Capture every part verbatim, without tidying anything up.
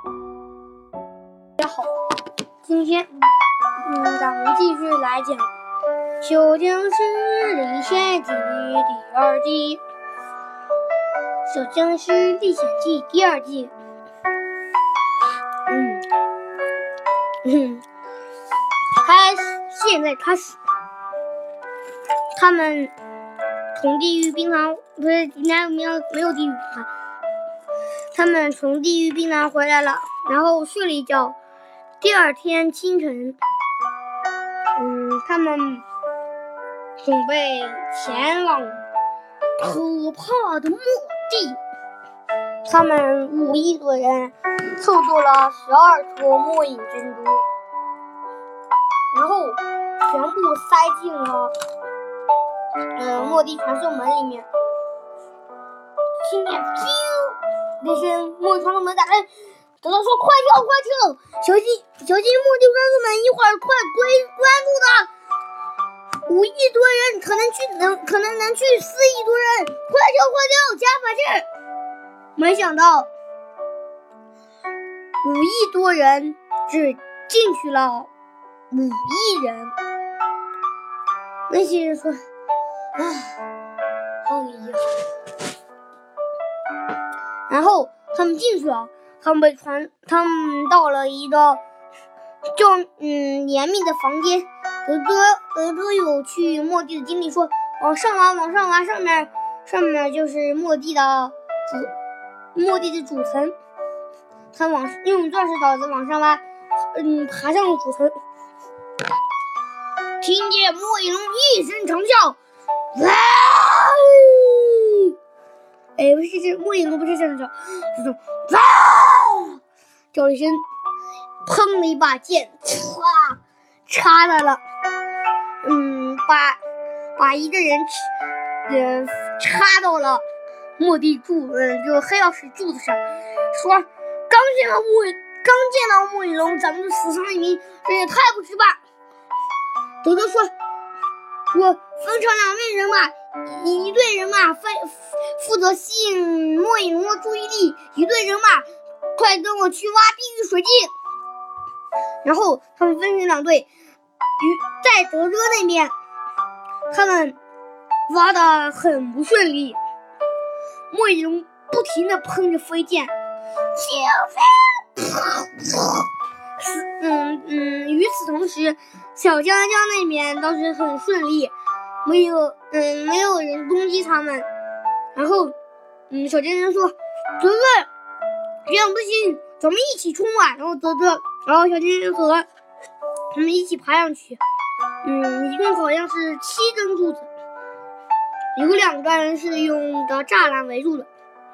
大家好，今天嗯，咱们继续来讲《修经师历险记》第二季，《修经师历险记》第二季。嗯嗯，开始，现在开始，他们从地狱冰堂，不是，应该没有没有地狱啊。他们从地狱冰堂回来了，然后睡了一觉。第二天清晨，嗯，他们准备前往可怕的墓地。他们五亿多人凑作了十二颗末影珍珠，然后全部塞进了嗯末地传送门里面。听见砰的声，末地传送门打开，德德说：“快跳，快跳！小心，小心末地传送门，一会儿快归关住他！五亿多人可能去能可能能去四亿多人，快跳，快跳，加把劲儿！”没想到五亿多人只进去了五亿人。那些人说：“唉，好遗憾。”然后他们进去了，他们被传，他们到了一个就嗯严密的房间。德德德德有去末地的经历说：“往上挖，往上挖，上面上面就是末地的主末地的主层。”他往用钻石镐子往上挖，嗯，爬上了主层。听见末影龙一声长啸，哇！哎，不是这末影龙不是这样叫，这种哇，叫了一声，砰的一把剑，唰，插在了，嗯，把把一个人，呃，插到了末地柱，嗯，就黑曜石柱子上，说刚见到末刚见到末影龙，咱们就死伤一名，这也太不值吧？德德说，我分成两队人马。一队人马分负责吸引末影龙的注意力，一队人马快跟我去挖地狱水晶。然后他们分成两队，在德哥那边，他们挖得很不顺利，末影龙不停地喷着飞剑，嗯嗯，与此同时，小江江那边倒是很顺利。没有，嗯，没有人攻击他们。然后，嗯，小尖尖说：“德德，这样不行，咱们一起冲啊！”然后德德，然后小尖尖和他们一起爬上去。嗯，一共好像是七根柱子，有两根是用的栅栏围住的。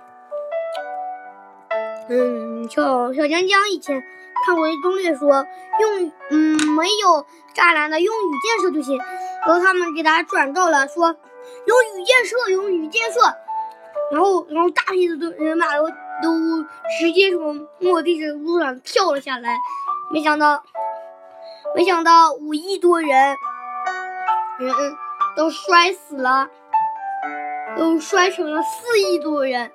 嗯，小小江江以前看过一攻略说，用嗯没有栅栏的用羽箭射就行。然后他们给他转告了，说用羽箭射，用羽箭射。然后，然后大批的人马都都直接从末地的路上跳了下来。没想到，没想到五亿多人人都摔死了，都摔成了四亿多人。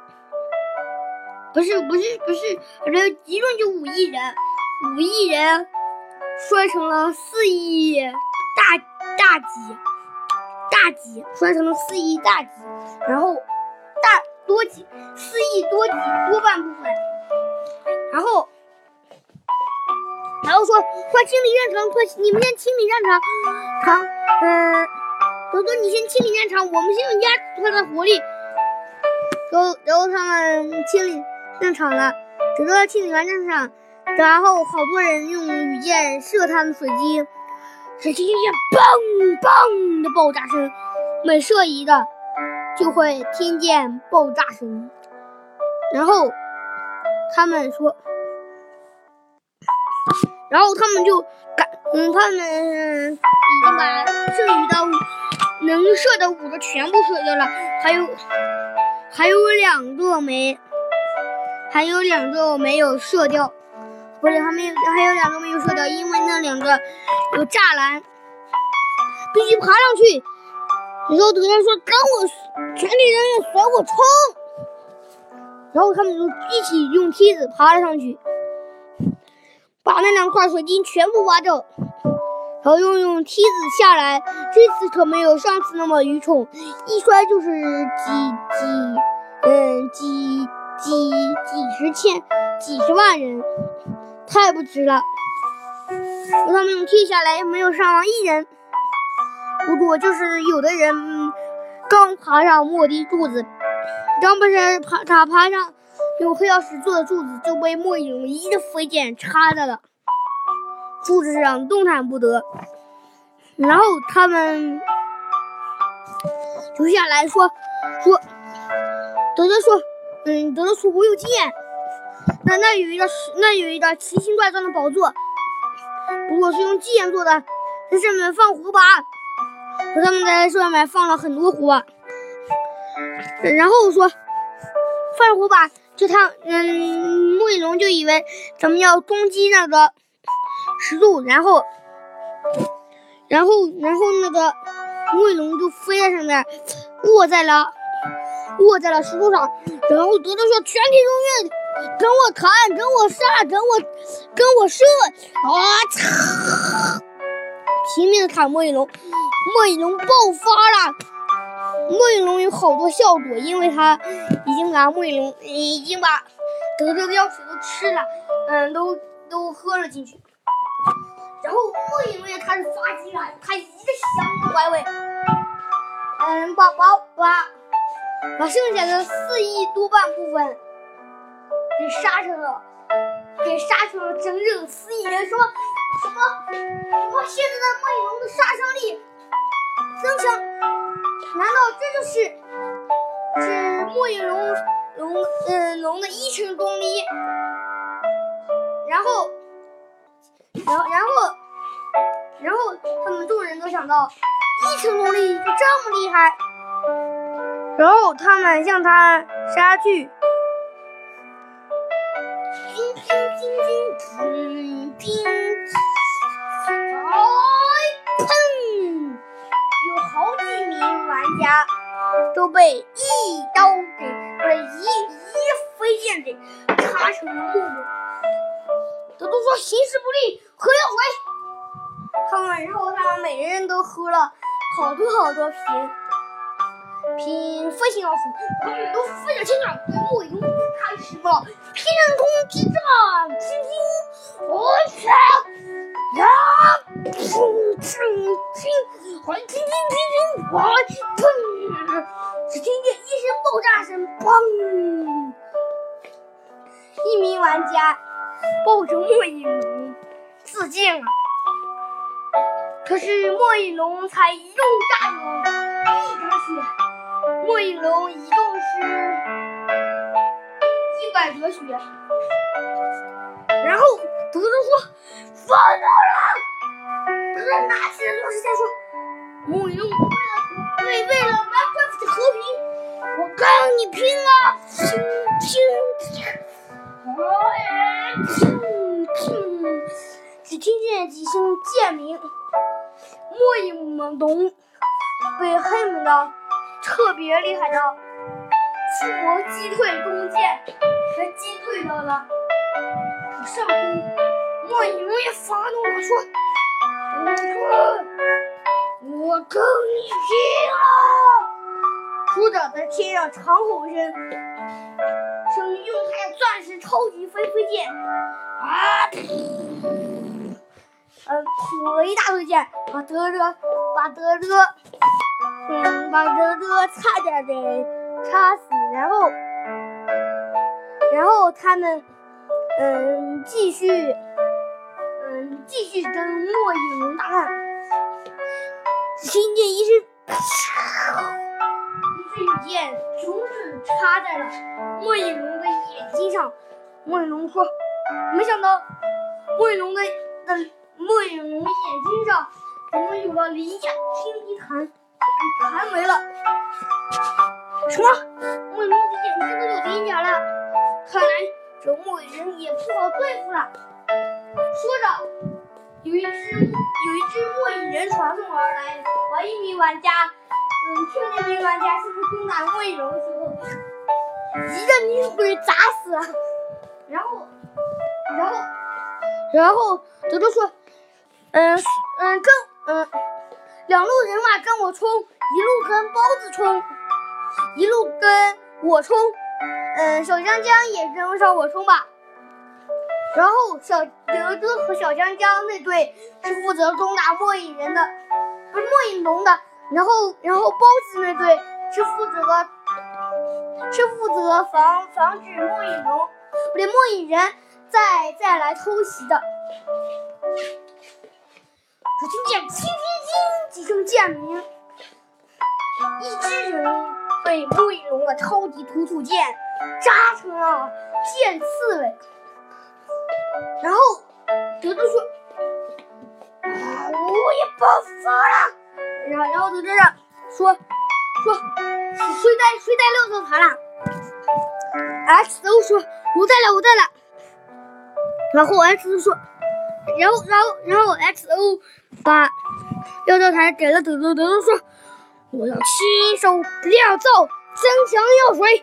不是，不是，不是，反正一共就五亿人，五亿人摔成了四亿大。大吉，大吉摔成了四亿大吉，然后大多吉，四亿多吉多半部分，然后，然后说快清理战场，快你们先清理战场，场，嗯，德德你先清理战场，我们先用压他的火力，然后然后他们清理战场了，德德清理完战场，然后好多人用羽箭射他们水晶。只听见砰砰的爆炸声，每射一个就会听见爆炸声。然后他们说，然后他们就赶，嗯，他们已经把剩余的五能射的五个全部射掉了，还有还有两个没，还有两个没有射掉。不是，还没有，还有两个没有射掉，因为那两个有栅栏，必须爬上去。然后德德说：“跟我，全体人员随我冲！” 然后他们就一起用梯子爬了上去，把那两块水晶全部挖掉，然后又用梯子下来。这次可没有上次那么愚蠢，一摔就是几几嗯几几几十千几十万人，太不值了。他们用梯下来，没有伤亡一人。不过就是有的人、嗯、刚爬上莫迪柱子，刚不是爬他爬上用黑曜石做的柱子，就被莫影一的飞剑插在了柱子上，动弹不得。然后他们就下来说说，德德说，嗯，德德说我有经验。那那有一个那有一个奇形怪状的宝座，不过是用鸡眼做的，在上面放火把。和他们在上面放了很多火，然后说放火把，就他嗯木影龙就以为咱们要攻击那个石柱，然后然后然后那个木影龙就飞在上面，卧在了卧在了石柱上。然后德德说全体人员跟我砍，跟我杀，跟我跟我射啊！操！拼命的砍莫影龙，莫影龙爆发了。莫影龙有好多效果，因为他已经把莫影龙已经把德德的药水都吃了，嗯，都都喝了进去。然后莫影龙也开始发劲了，他一个香歪尾，嗯，把把把把剩下的四亿多半部分给杀成了。给杀成了整整四亿人，说什么什么现在的莫影龙的杀伤力增强，难道这就是是莫影龙龙嗯龙的一成功力？然后然后然后然后他们众人都想到一成功力就这么厉害，然后他们向他杀去。叮叮叮叮叮叮，哎砰！有好几名玩家都被一刀给被一一飞剑给插成了木木。德都说形势不利，喝药水。他们然后他们每个人都喝了好多好多瓶瓶飞行药水，他们都飞着天上对木影龙开始了天空之战，听听，我操呀，砰砰砰，我听听听听，我砰，只听见一声爆炸声，砰！一名玩家抱着莫影龙自尽了。可是莫影龙才一共炸有一滴血，莫影龙一共是一百格血。然后德德说疯了，德德拿起了钥匙剑说，莫影龙为了为为了 Minecraft 的和平，我跟你拼了！拼拼哎拼拼，只听见几声剑鸣，莫影龙被黑门的特别厉害的复活击退弓箭给击退到了上空。莫影龙也发怒了，说：“我跟我跟你拼了！”说着在天上长吼一声，声用他的钻石超级飞飞剑啊！嗯，吐了一大堆剑，把德德把德德，嗯，把德德差点给插死。然后，然后他们，嗯，继续，嗯，继续跟莫影龙大战。听见一声，一支雨箭准准插在了莫影龙的眼睛上。莫影龙说：“没想到，莫影龙的的。”莫影龙眼睛上怎么有了鳞甲？听一弹，弹没了。什么？莫影龙的眼睛都有鳞甲了？看来这莫影龙也不好对付了。说着，有一只有一只莫影人传送而来，把一名玩家，嗯，听那名玩家就是攻打莫影龙的时候， 一个女鬼砸死了。然后，然后，然后德德说，嗯嗯，跟嗯两路人马跟我冲，一路跟包子冲，一路跟我冲，嗯，小江江也跟上我冲吧。然后小德德和小江江那队是负责攻打末影人的，不是末影龙的。然后，然后包子那队是负责是负责防防止末影龙不对末影人再再来偷袭的。只听见“叮叮叮”几声剑鸣，一只人被末影龙的超级突突剑扎成了剑刺猬。然后德德说：“啊，我也爆发了。”然后，然后德德说：“说谁带谁带六艘塔了 ？”X O 说：“我带了，我带了。”然后 X O 说：“然后，然后，然后 X O 把六艘塔给了德德，德德说：‘我要亲手酿造增强药水。’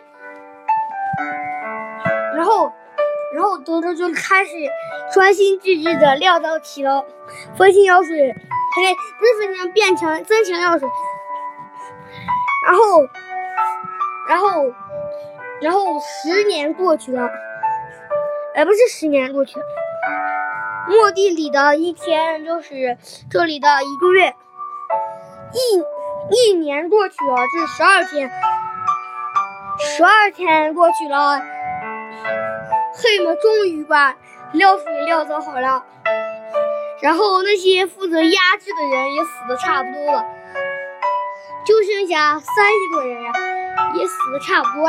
然后。”然后德德就开始专心致志的酿造起了分心药水，嘿，不是分心，变强增强药水。然后，然后，然后十年过去了，哎，不是十年过去了，末地里的一天就是这里的一个月，一一年过去了，这是十二天，十二天过去了。黑姆终于把料水料造好了，然后那些负责压制的人也死的差不多了，就剩下三十个人呀，也死的差不多了。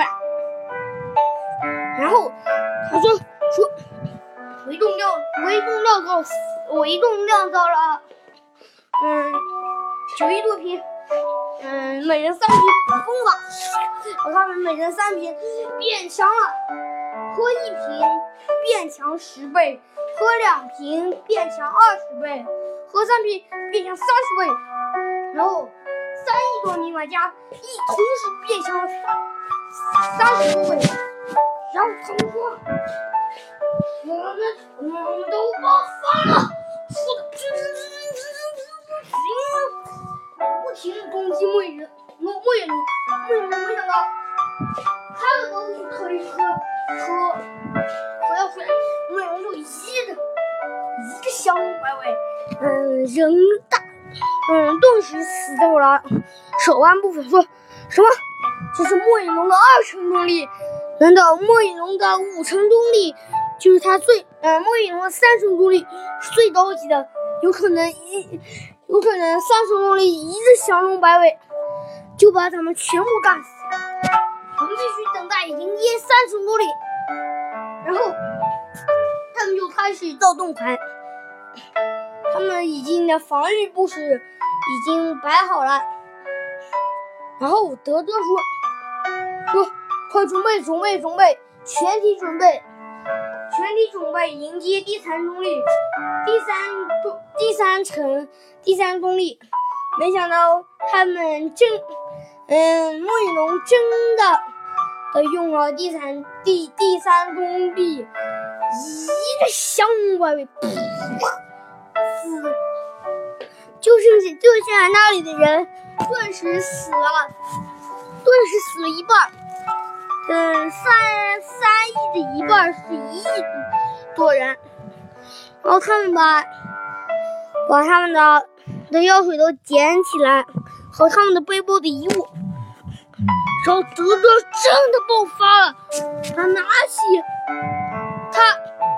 然后他说说，我一共料我一共料造我一共料造了，嗯，九亿多瓶，嗯，每人三瓶，疯了！我他们每人三瓶，变强了。喝一瓶变强十倍，喝两瓶变强二十倍，喝三瓶变强三十倍，然后三亿多名玩家一同时变强三十多倍。然后他们说，我们我们都爆发了，不停的攻击末影人，末末影龙，末影龙没想到他的东西可以喝。喝喝药水，末影龙就一个一个降龙摆尾，嗯，人大，嗯，顿时死掉了。手腕部分说什么？这是末影龙的二成功力？难道末影龙的五成功力就是他最，呃，末影龙的三成功力是最高级的？有可能一，有可能三成功力一个降龙摆尾就把他们全部干死。我们必须等待迎接三成功力。然后他们就开始造盾牌，他们已经的防御部署已经摆好了。然后德德说说快准备准备准备，全体准备，全体准备迎接第三功力，第三第三层第三功力。没想到他们真嗯末影龙真的的用了第三第第三功力，一个降龙摆尾，死，就剩下就剩下那里的人顿时死了，顿时死了一半。嗯，三三亿的一半是一亿多人，然后他们把把他们的的药水都捡起来和他们的背包的遗物。然后德德真的爆发了，他拿起他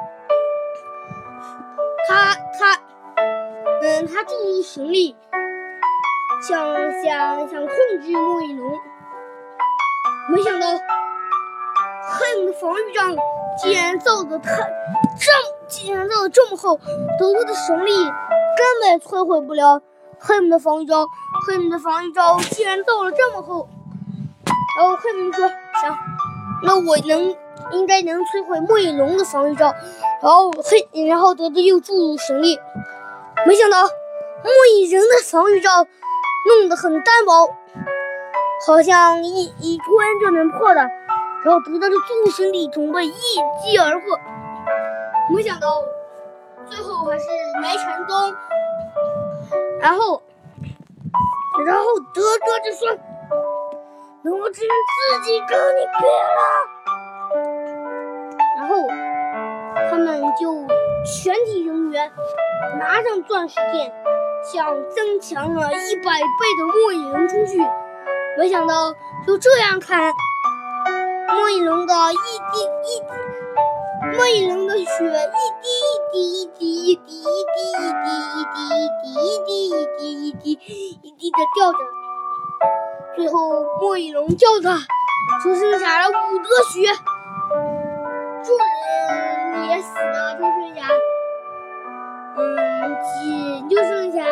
他他嗯，他注入神力，想想想控制末影龙，没想到黑姆的防御障竟然造的太这竟然造的这么厚，德德的神力根本摧毁不了黑姆的防御招，黑姆的防御招竟然造了这么厚。然后黑姆说想，那我能应该能摧毁末影龙的防御招。然后黑然后德德又注入神力，没想到末影人的防御招弄得很单薄，好像一一吞就能破的。 然后德德的诸神力同被一击而获。没想到最后还是没成功。然后，然后德德就说：“那我只能自己跟你比了。”然后他们就全体人员拿上钻石剑，向增强了一百倍的末影龙冲去。没想到就这样看，末影龙的一滴一滴，末影龙的血一滴一滴一滴一滴一滴一滴一滴一滴一滴一滴一滴的掉着。最后末影龙叫着，只剩下了五格血，众人也死了，就剩下，嗯，几就剩下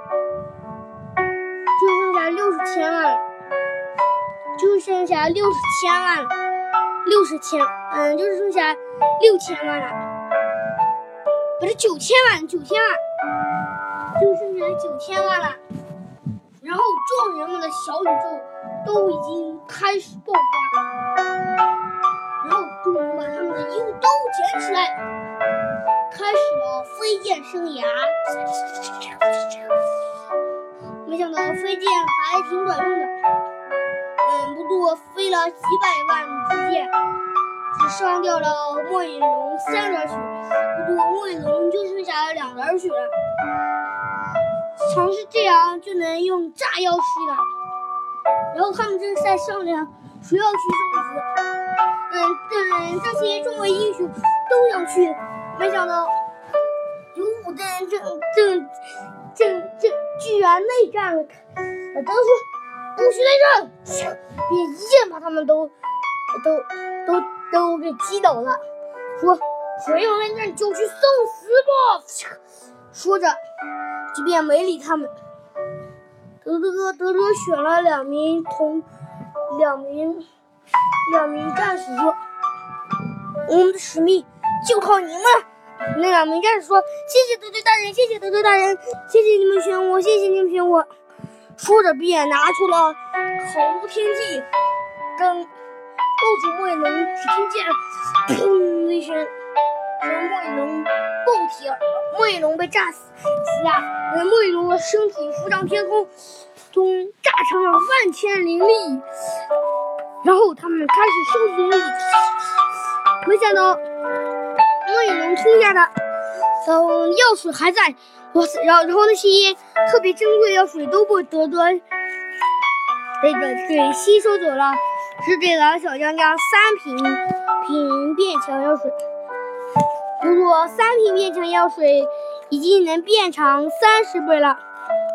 就剩下六十千万，就剩下六十千万，六十千，嗯，就是剩下六千万了，不是九千万，九千万，就剩下九千万了。然后众人们的小宇宙都已经开始爆发，然后众人把他们的衣物都捡起来，开始了飞剑生涯。没想到飞剑还挺管用的，嗯，不过飞了几百万支箭，只伤掉了末影龙三点血，不过末影龙就剩下了两点血了。尝试这样就能用炸药师了。然后他们正在商量谁要去生死，嗯嗯，这些众位英雄都想去，没想到有五个人正正正正居然内战了。德说不许内战，便一剑把他们都都都都给击倒了，说谁要内战就去送死吧。说着即便没理他们。德德德德选了两名同两名两名战士说：“我们的使命就靠你们。”那两名战士说：“谢谢德德大人，谢谢德德大人，谢谢你们选我，谢谢你们选我。”说着便拿出了好无天际，跟抱住末影龙，只听见砰的一声，让末影龙爆体而末影龙被炸死死啊！末影龙的身体浮上天空，中炸成了万千灵力。然后他们开始收集灵力，没想到末影龙吞下的嗯药水还在，哇塞！然后然后那些特别珍贵的药水都被德德那个水吸收走了，只给了小江江三瓶瓶变强药水。不过三瓶变强药水已经能变长三十倍了。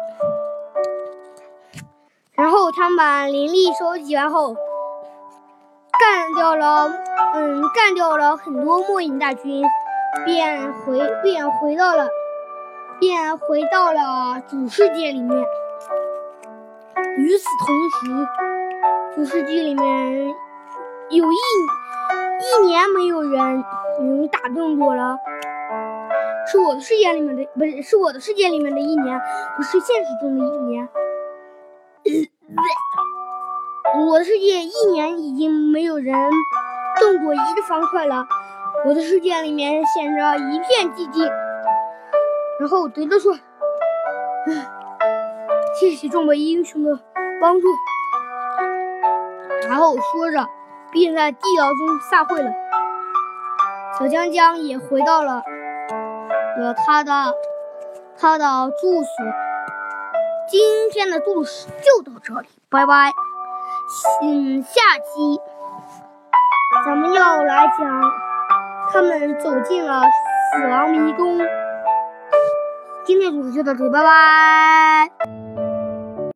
然后他们把灵力收集完后，干掉了，嗯，干掉了很多末影大军，便回便回到了，便回到了主世界里面。与此同时，主世界里面有一一年没有人能打动过了。是我的世界里面的，不是，是我的世界里面的一年，不是现实中的一年。呃、我的世界一年已经没有人动过一个方块了。我的世界里面显着一片寂静。然后德德说：“谢谢众位英雄的帮助。”然后说着，便在地牢中散会了。小江江也回到了了他的他的住所。今天的故事就到这里，拜拜。嗯，下期咱们要来讲他们走进了死亡迷宫。今天的故事就到这里，拜拜。